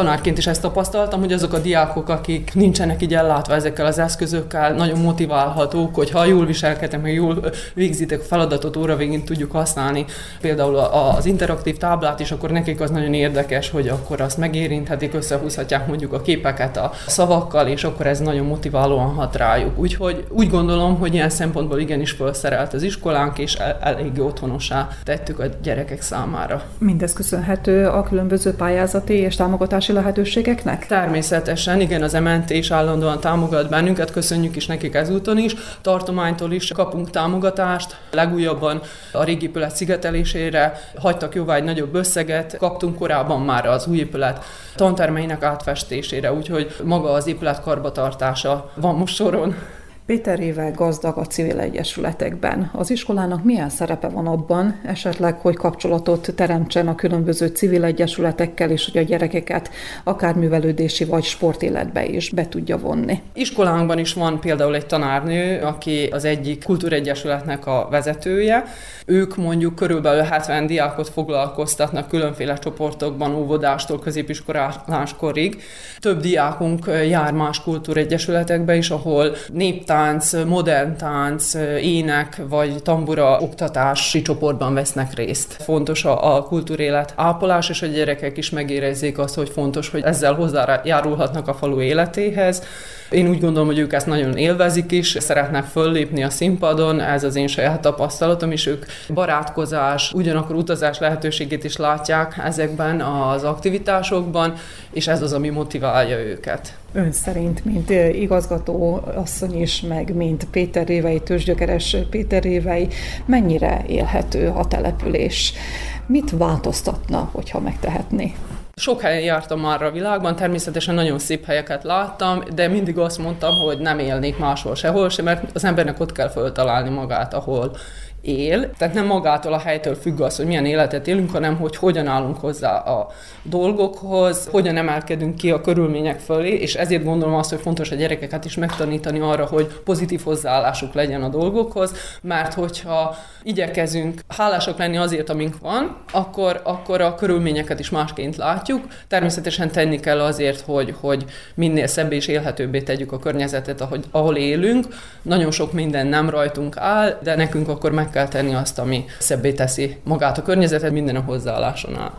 is ezt tapasztaltam, hogy azok a diákok, akik nincsenek így ellátva ezekkel az eszközökkel, nagyon motiválhatók, hogy ha jól viselkednek, meg jól végzitek a feladatot, óra végén tudjuk használni például az interaktív táblát is, akkor nekik az nagyon érdekes, hogy akkor azt megérinthetik, összehúzhatják mondjuk a képeket a szavakkal, és akkor ez nagyon motiválóan hat rájuk. Úgyhogy úgy gondolom, hogy ilyen szempontból igenis felszerelt az iskolánk, és el- elég otthonossá tettük a gyerekek számára. Mindez köszönhető a különböző pályázati és támogatási lehetőségeknek? Természetesen, igen, az em en té is állandóan támogat bennünket, köszönjük is nekik ezúton is. Tartománytól is kapunk támogatást, legújabban a régi épület szigetelésére hagytak jóvá egy nagyobb összeget, kaptunk korábban már az új épület tantermeinek átfestésére, úgyhogy maga az épület karbantartása van most soron. Péterével gazdag a civil egyesületekben. Az iskolának milyen szerepe van abban, esetleg, hogy kapcsolatot teremtsen a különböző civil egyesületekkel, és hogy a gyerekeket akár művelődési vagy sportéletbe is be tudja vonni? Iskolánkban is van például egy tanárnő, aki az egyik kultúregyesületnek a vezetője. Ők mondjuk körülbelül hetven diákot foglalkoztatnak különféle csoportokban, óvodástól középiskoláskorig. Több diákunk jár más kultúregyesületekbe is, ahol néptánc, modern tánc, ének vagy tambura oktatási csoportban vesznek részt. Fontos a, a kultúrélet ápolás, és a gyerekek is megérezzék azt, hogy fontos, hogy ezzel hozzájárulhatnak a falu életéhez. Én úgy gondolom, hogy ők ezt nagyon élvezik is, szeretnek föllépni a színpadon, ez az én saját tapasztalatom is, ők barátkozás, ugyanakkor utazás lehetőségét is látják ezekben az aktivitásokban, és ez az, ami motiválja őket. Ön szerint, mint igazgató asszony is, meg mint Péter Révei, tőzsgyökeres Péter Révei, mennyire élhető a település? Mit változtatna, hogyha megtehetné? Sok helyen jártam már a világban, természetesen nagyon szép helyeket láttam, de mindig azt mondtam, hogy nem élnék máshol sehol sem, mert az embernek ott kell föltalálni magát, ahol él. Tehát nem magától a helytől függ az, hogy milyen életet élünk, hanem hogy hogyan állunk hozzá a dolgokhoz, hogyan emelkedünk ki a körülmények fölé, és ezért gondolom azt, hogy fontos a gyerekeket is megtanítani arra, hogy pozitív hozzáállásuk legyen a dolgokhoz, mert hogyha igyekezünk hálásak lenni azért, amink van, akkor, akkor a körülményeket is másként látjuk. Természetesen tenni kell azért, hogy, hogy minél szebb és élhetőbbé tegyük a környezetet, ahogy, ahol élünk. Nagyon sok minden nem rajtunk áll, de nekünk akkor meg kell tenni azt, ami szebbé teszi magát a környezetet, minden a hozzáálláson áll.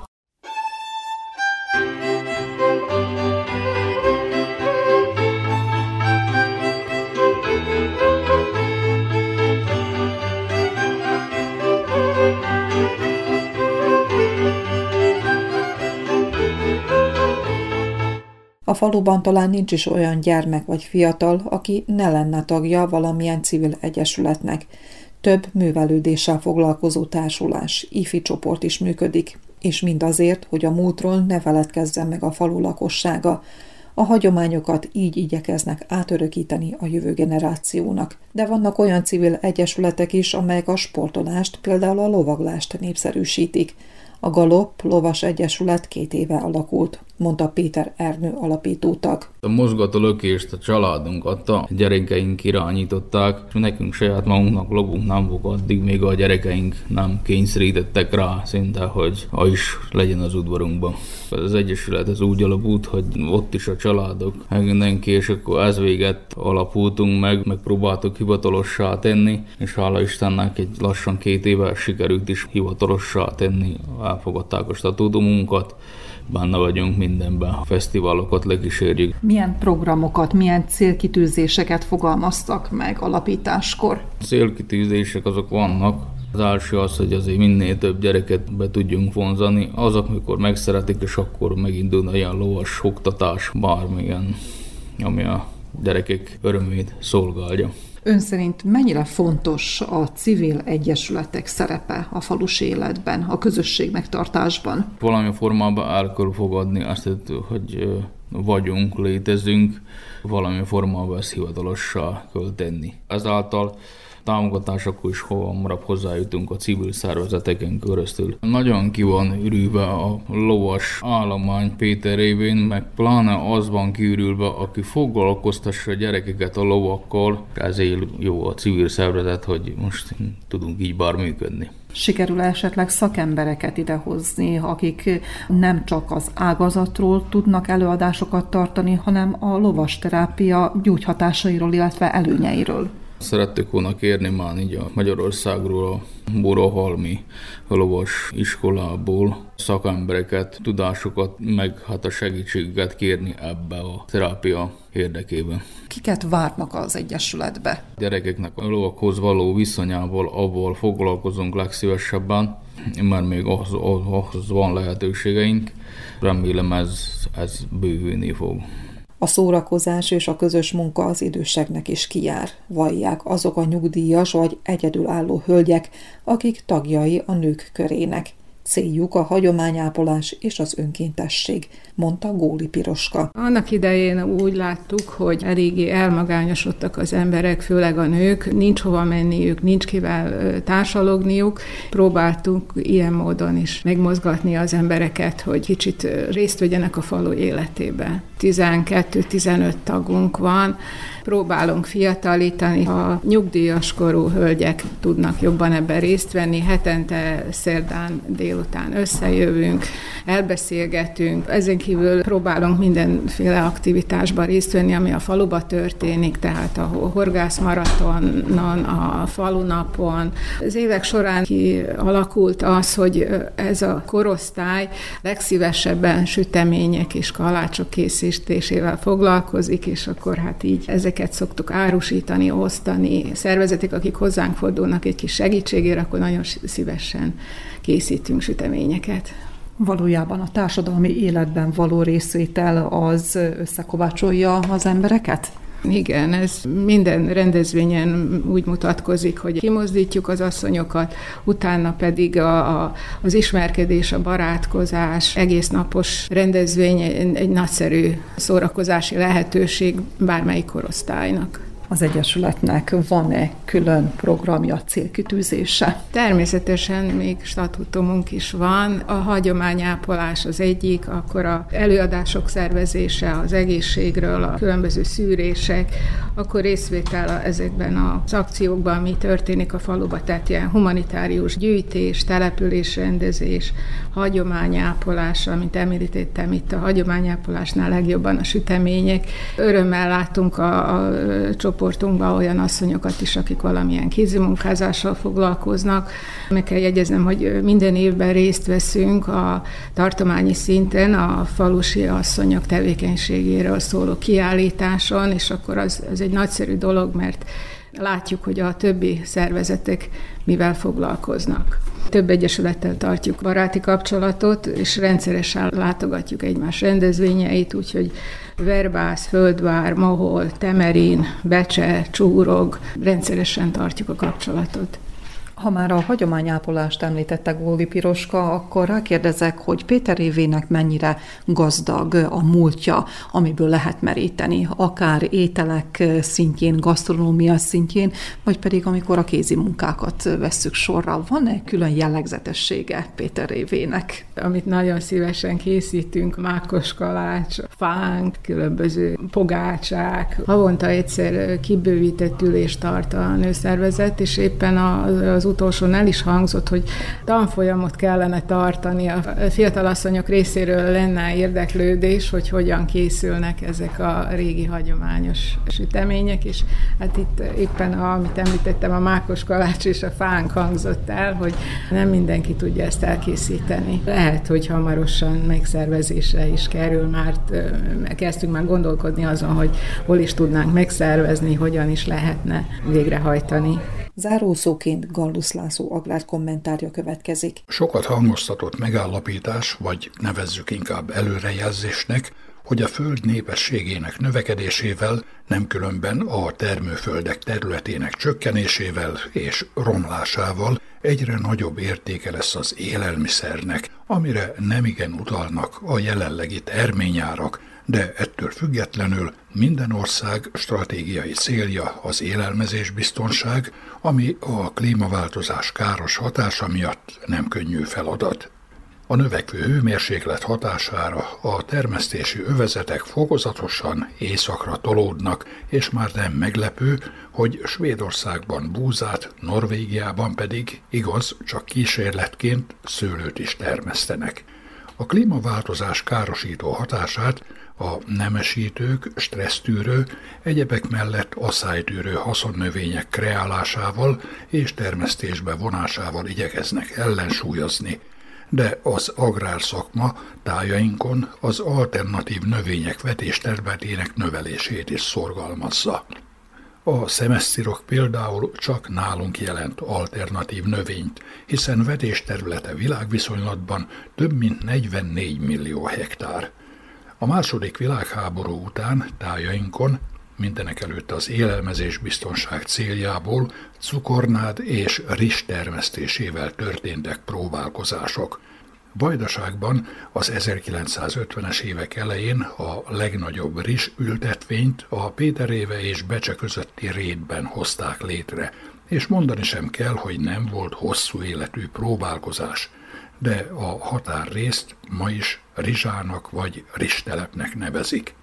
A faluban talán nincs is olyan gyermek vagy fiatal, aki ne lenne tagja valamilyen civil egyesületnek. Több művelődéssel foglalkozó társulás, ifi csoport is működik, és mindazért, hogy a múltról ne feledkezzen meg a falu lakossága. A hagyományokat így igyekeznek átörökíteni a jövő generációnak. De vannak olyan civil egyesületek is, amelyek a sportolást, például a lovaglást népszerűsítik. A Galopp Lovas Egyesület két éve alakult, mondta Péter Ernő alapítótag. A mozgatólökést a családunkat a gyerekeink irányították, és nekünk saját magunknak lovunk nem volt addig, még a gyerekeink nem kényszerítettek rá szinte, hogy a is legyen az udvarunkban. Az Egyesület az úgy alapult, hogy ott is a családok, mindenki, és akkor ez véget alapultunk meg, megpróbáltuk hivatalossá tenni, és hála Istennek egy lassan két éve sikerült is hivatalossá tenni, elfogadták a statútumunkat, benne vagyunk mindenben, a fesztiválokat lekísérjük. Milyen programokat, milyen célkitűzéseket fogalmaztak meg alapításkor? A célkitűzések azok vannak. Az első az, hogy azért minél több gyereket be tudjunk vonzani. Azok, amikor megszeretik, és akkor megindul olyan lovas oktatás, bármilyen, ami a gyerekek örömét szolgálja. Ön szerint mennyire fontos a civil egyesületek szerepe a falusi életben, a közösség megtartásban? Valami formában el kell fogadni azt, hogy vagyunk, létezünk, valami formában ezt hivatalossá kell tenni. Ezáltal támogatásokhoz is hamarabb hozzájutunk a civil szervezeteken keresztül. Nagyon ki van ürülve a lovas állomány Péter révén, meg pláne az van kiürülve, aki foglalkoztassa a gyerekeket a lovakkal, ezért jó a civil szervezet, hogy most tudunk így bár működni. Sikerül esetleg szakembereket idehozni, akik nem csak az ágazatról tudnak előadásokat tartani, hanem a lovasterápia gyógyhatásairól, illetve előnyeiről? Szerettük volna kérni már így a Magyarországról, a Borohalmi lovas iskolából szakembereket, tudásokat, meg hát a segítségüket kérni ebbe a terápia érdekében. Kiket várnak az egyesületbe? A gyerekeknek a lovakhoz való viszonyával, avval foglalkozunk legszívesebben, mert még ahhoz, ahhoz van lehetőségeink. Remélem ez, ez bővülni fog. A szórakozás és a közös munka az időseknek is kijár, vallják azok a nyugdíjas vagy egyedülálló hölgyek, akik tagjai a nők körének. Céljuk a hagyományápolás és az önkéntesség, mondta Góli Piroska. Annak idején úgy láttuk, hogy eléggé elmagányosodtak az emberek, főleg a nők, nincs hova menniük, nincs kivel társalogniuk. Próbáltunk ilyen módon is megmozgatni az embereket, hogy kicsit részt vegyenek a falu életébe. tizenkettő-tizenöt tagunk van, próbálunk fiatalítani, a nyugdíjas korú hölgyek tudnak jobban ebben részt venni, hetente szerdán délután összejövünk, elbeszélgetünk, ezen kívül próbálunk mindenféle aktivitásban részt venni, ami a faluba történik, tehát a horgászmaratonon, a falunapon. Az évek során kialakult az, hogy ez a korosztály legszívesebben sütemények és kalácsok készítésével foglalkozik, és akkor hát így ezeket szoktuk árusítani, osztani. Szervezetek, akik hozzánk fordulnak egy kis segítségére, akkor nagyon szívesen készítünk süteményeket. Valójában a társadalmi életben való részvétel az összekovácsolja az embereket? Igen, ez minden rendezvényen úgy mutatkozik, hogy kimozdítjuk az asszonyokat, utána pedig a, a, az ismerkedés, a barátkozás, egész napos rendezvény egy nagyszerű szórakozási lehetőség bármelyik korosztálynak. Az Egyesületnek van-e külön programja, célkitűzése? Természetesen még statutumunk is van. A hagyományápolás az egyik, akkor az előadások szervezése az egészségről, a különböző szűrések, akkor részvétel ezekben az akciókban, mi történik a faluban, tehát ilyen humanitárius gyűjtés, településrendezés, hagyományápolás, amit említettem itt a hagyományápolásnál legjobban a sütemények. Örömmel látunk a, a csoportunkban olyan asszonyokat is, akik valamilyen kézimunkázással foglalkoznak. Meg kell jegyeznem, hogy minden évben részt veszünk a tartományi szinten a falusi asszonyok tevékenységéről szóló kiállításon, és akkor az, az egy nagyszerű dolog, mert látjuk, hogy a többi szervezetek mivel foglalkoznak. Több egyesülettel tartjuk baráti kapcsolatot, és rendszeresen látogatjuk egymás rendezvényeit, úgyhogy Verbász, Földvár, Mohol, Temerin, Becse, Csúrog, rendszeresen tartjuk a kapcsolatot. Ha már a hagyományápolást említette Góli Piroska, akkor rákérdezek, hogy Péter évének mennyire gazdag a múltja, amiből lehet meríteni, akár ételek szintjén, gasztronómia szintjén, vagy pedig amikor a kézi munkákat vesszük sorra. Van-e külön jellegzetessége Péter évének? Amit nagyon szívesen készítünk, mákos kalács, fánk, különböző pogácsák. Havonta egyszer kibővített ülést tart a nőszervezet, és éppen az az utolsón el is hangzott, hogy tanfolyamot kellene tartani. A fiatalasszonyok részéről lenne érdeklődés, hogy hogyan készülnek ezek a régi hagyományos sütemények, és hát itt éppen, amit említettem, a mákos kalács és a fánk hangzott el, hogy nem mindenki tudja ezt elkészíteni. Lehet, hogy hamarosan megszervezésre is kerül, mert kezdtünk már gondolkodni azon, hogy hol is tudnánk megszervezni, hogyan is lehetne végrehajtani. Zárószóként Gallusz László Agrár kommentárja következik. Sokat hangoztatott megállapítás, vagy nevezzük inkább előrejelzésnek, hogy a föld népességének növekedésével, nem különben a termőföldek területének csökkenésével és romlásával egyre nagyobb értéke lesz az élelmiszernek, amire nemigen utalnak a jelenlegi terményárak, de ettől függetlenül minden ország stratégiai célja az élelmezésbiztonság, ami a klímaváltozás káros hatása miatt nem könnyű feladat. A növekvő hőmérséklet hatására a termesztési övezetek fokozatosan északra tolódnak, és már nem meglepő, hogy Svédországban búzát, Norvégiában pedig, igaz, csak kísérletként szőlőt is termesztenek. A klímaváltozás károsító hatását a nemesítők, stressztűrő, egyebek mellett asszálytűrő haszonnövények kreálásával és termesztésbe vonásával igyekeznek ellensúlyozni, de az agrárszakma tájainkon az alternatív növények vetésterületének növelését is szorgalmazza. A szemesztirok például csak nálunk jelent alternatív növényt, hiszen vetésterülete világviszonylatban több mint negyvennégy millió hektár. A második világháború után tájainkon mindenekelőtt az élelmezésbiztonság céljából cukornád és rizs termesztésével történtek próbálkozások. Vajdaságban az ezerkilencszázötvenes évek elején a legnagyobb rizs ültetvényt a Péteréve és Becse közötti rétben hozták létre, és mondani sem kell, hogy nem volt hosszú életű próbálkozás, de a határrészt ma is rizsának vagy rizstelepnek nevezik.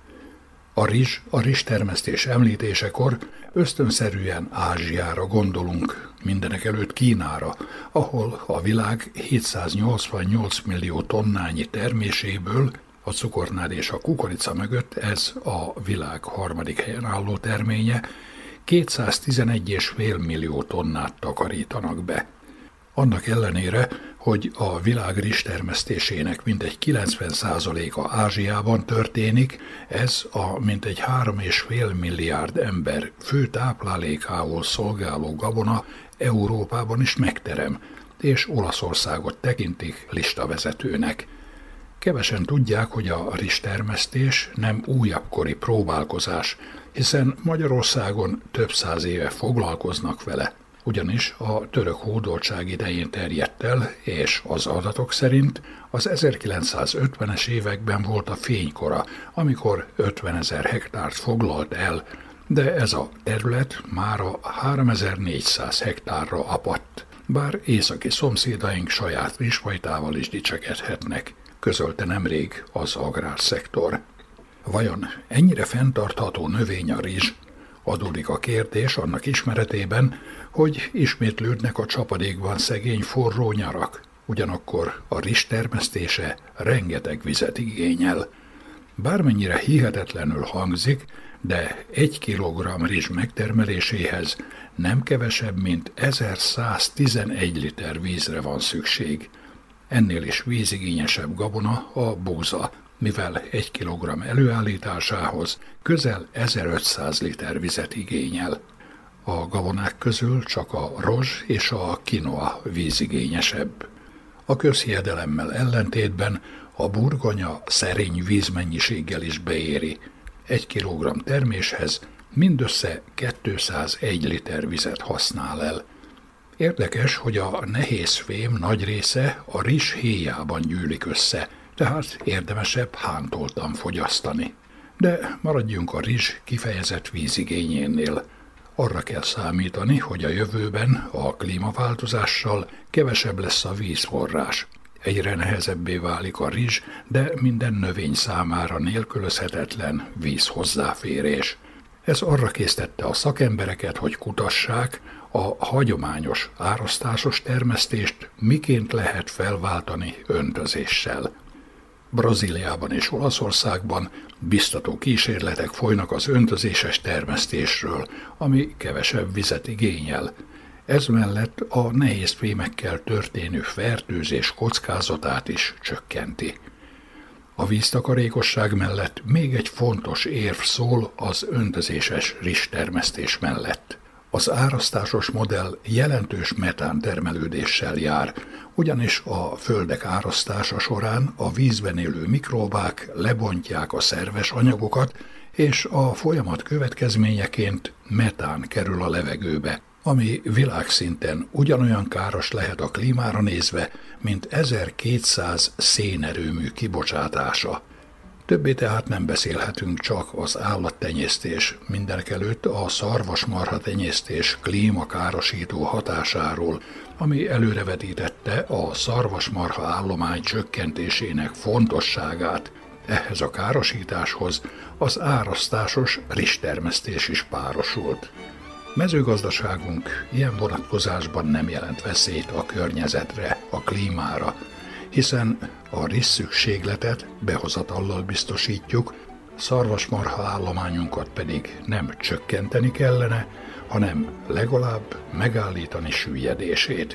A rizs, a rizstermesztés említésekor ösztönszerűen Ázsiára gondolunk, mindenekelőtt Kínára, ahol a világ hétszáznyolcvannyolc millió tonnányi terméséből a cukornád és a kukorica mögött ez a világ harmadik helyen álló terménye, kétszáztizenegy egész öt millió tonnát takarítanak be. Annak ellenére, hogy a világ rizstermesztésének mintegy kilencven százaléka Ázsiában történik, ez a mintegy három egész öt milliárd ember fő táplálékául szolgáló gabona Európában is megterem, és Olaszországot tekintik listavezetőnek. Kevesen tudják, hogy a rizstermesztés nem újabbkori próbálkozás, hiszen Magyarországon több száz éve foglalkoznak vele. Ugyanis a török hódoltság idején terjedt el, és az adatok szerint az ezerkilencszázötvenes években volt a fénykora, amikor ötvenezer hektárt foglalt el, de ez a terület mára háromezer-négyszáz hektárra apadt, bár északi szomszédaink saját rizsfajtával is dicsekedhetnek, közölte nemrég az agrárszektor. Vajon ennyire fenntartható növény a rizs? Adódik a kérdés annak ismeretében, hogy ismétlődnek a csapadékban szegény forró nyarak, ugyanakkor a rizs termesztése rengeteg vizet igényel. Bármennyire hihetetlenül hangzik, de egy kilogramm rizs megtermeléséhez nem kevesebb, mint ezerszáztizenegy liter vízre van szükség. Ennél is vízigényesebb gabona a búza, mivel egy kilogramm előállításához közel ezerötszáz liter vizet igényel. A gabonák közül csak a rozs és a kinoa vízigényesebb. A közhiedelemmel ellentétben a burgonya szerény vízmennyiséggel is beéri. Egy kilogramm terméshez mindössze kétszázegy liter vizet használ el. Érdekes, hogy a nehéz fém nagy része a rizs héjában gyűlik össze, tehát érdemesebb hántoltan fogyasztani. De maradjunk a rizs kifejezett vízigényénél. Arra kell számítani, hogy a jövőben a klímaváltozással kevesebb lesz a vízforrás. Egyre nehezebbé válik a rizs, de minden növény számára nélkülözhetetlen vízhozzáférés. Ez arra késztette a szakembereket, hogy kutassák, a hagyományos árasztásos termesztést miként lehet felváltani öntözéssel. Brazíliában és Olaszországban biztató kísérletek folynak az öntözéses termesztésről, ami kevesebb vizet igényel. Ez mellett a nehéz fémekkel történő fertőzés kockázatát is csökkenti. A víztakarékosság mellett még egy fontos érv szól az öntözéses rizstermesztés mellett. Az árasztásos modell jelentős metántermelődéssel jár, ugyanis a földek árasztása során a vízben élő mikróbák lebontják a szerves anyagokat, és a folyamat következményeként metán kerül a levegőbe, ami világszinten ugyanolyan káros lehet a klímára nézve, mint ezerkétszáz szénerőmű kibocsátása. Többé tehát nem beszélhetünk csak az állattenyésztés, mindenekelőtt a szarvasmarha tenyésztés klímakárosító hatásáról, ami előrevetítette a szarvasmarha állomány csökkentésének fontosságát. Ehhez a károsításhoz az árasztásos rizstermesztés is párosult. Mezőgazdaságunk ilyen vonatkozásban nem jelent veszélyt a környezetre, a klímára, hiszen a rizs szükségletet behozatallal biztosítjuk, szarvasmarha állományunkat pedig nem csökkenteni kellene, hanem legalább megállítani süllyedését.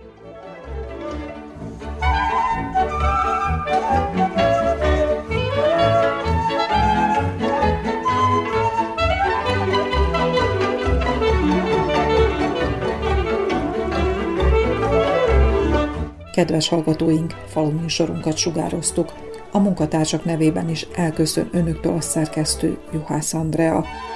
Kedves hallgatóink, faluműsorunkat sugároztuk. A munkatársak nevében is elköszön önöktől a szerkesztő, Juhász Andrea.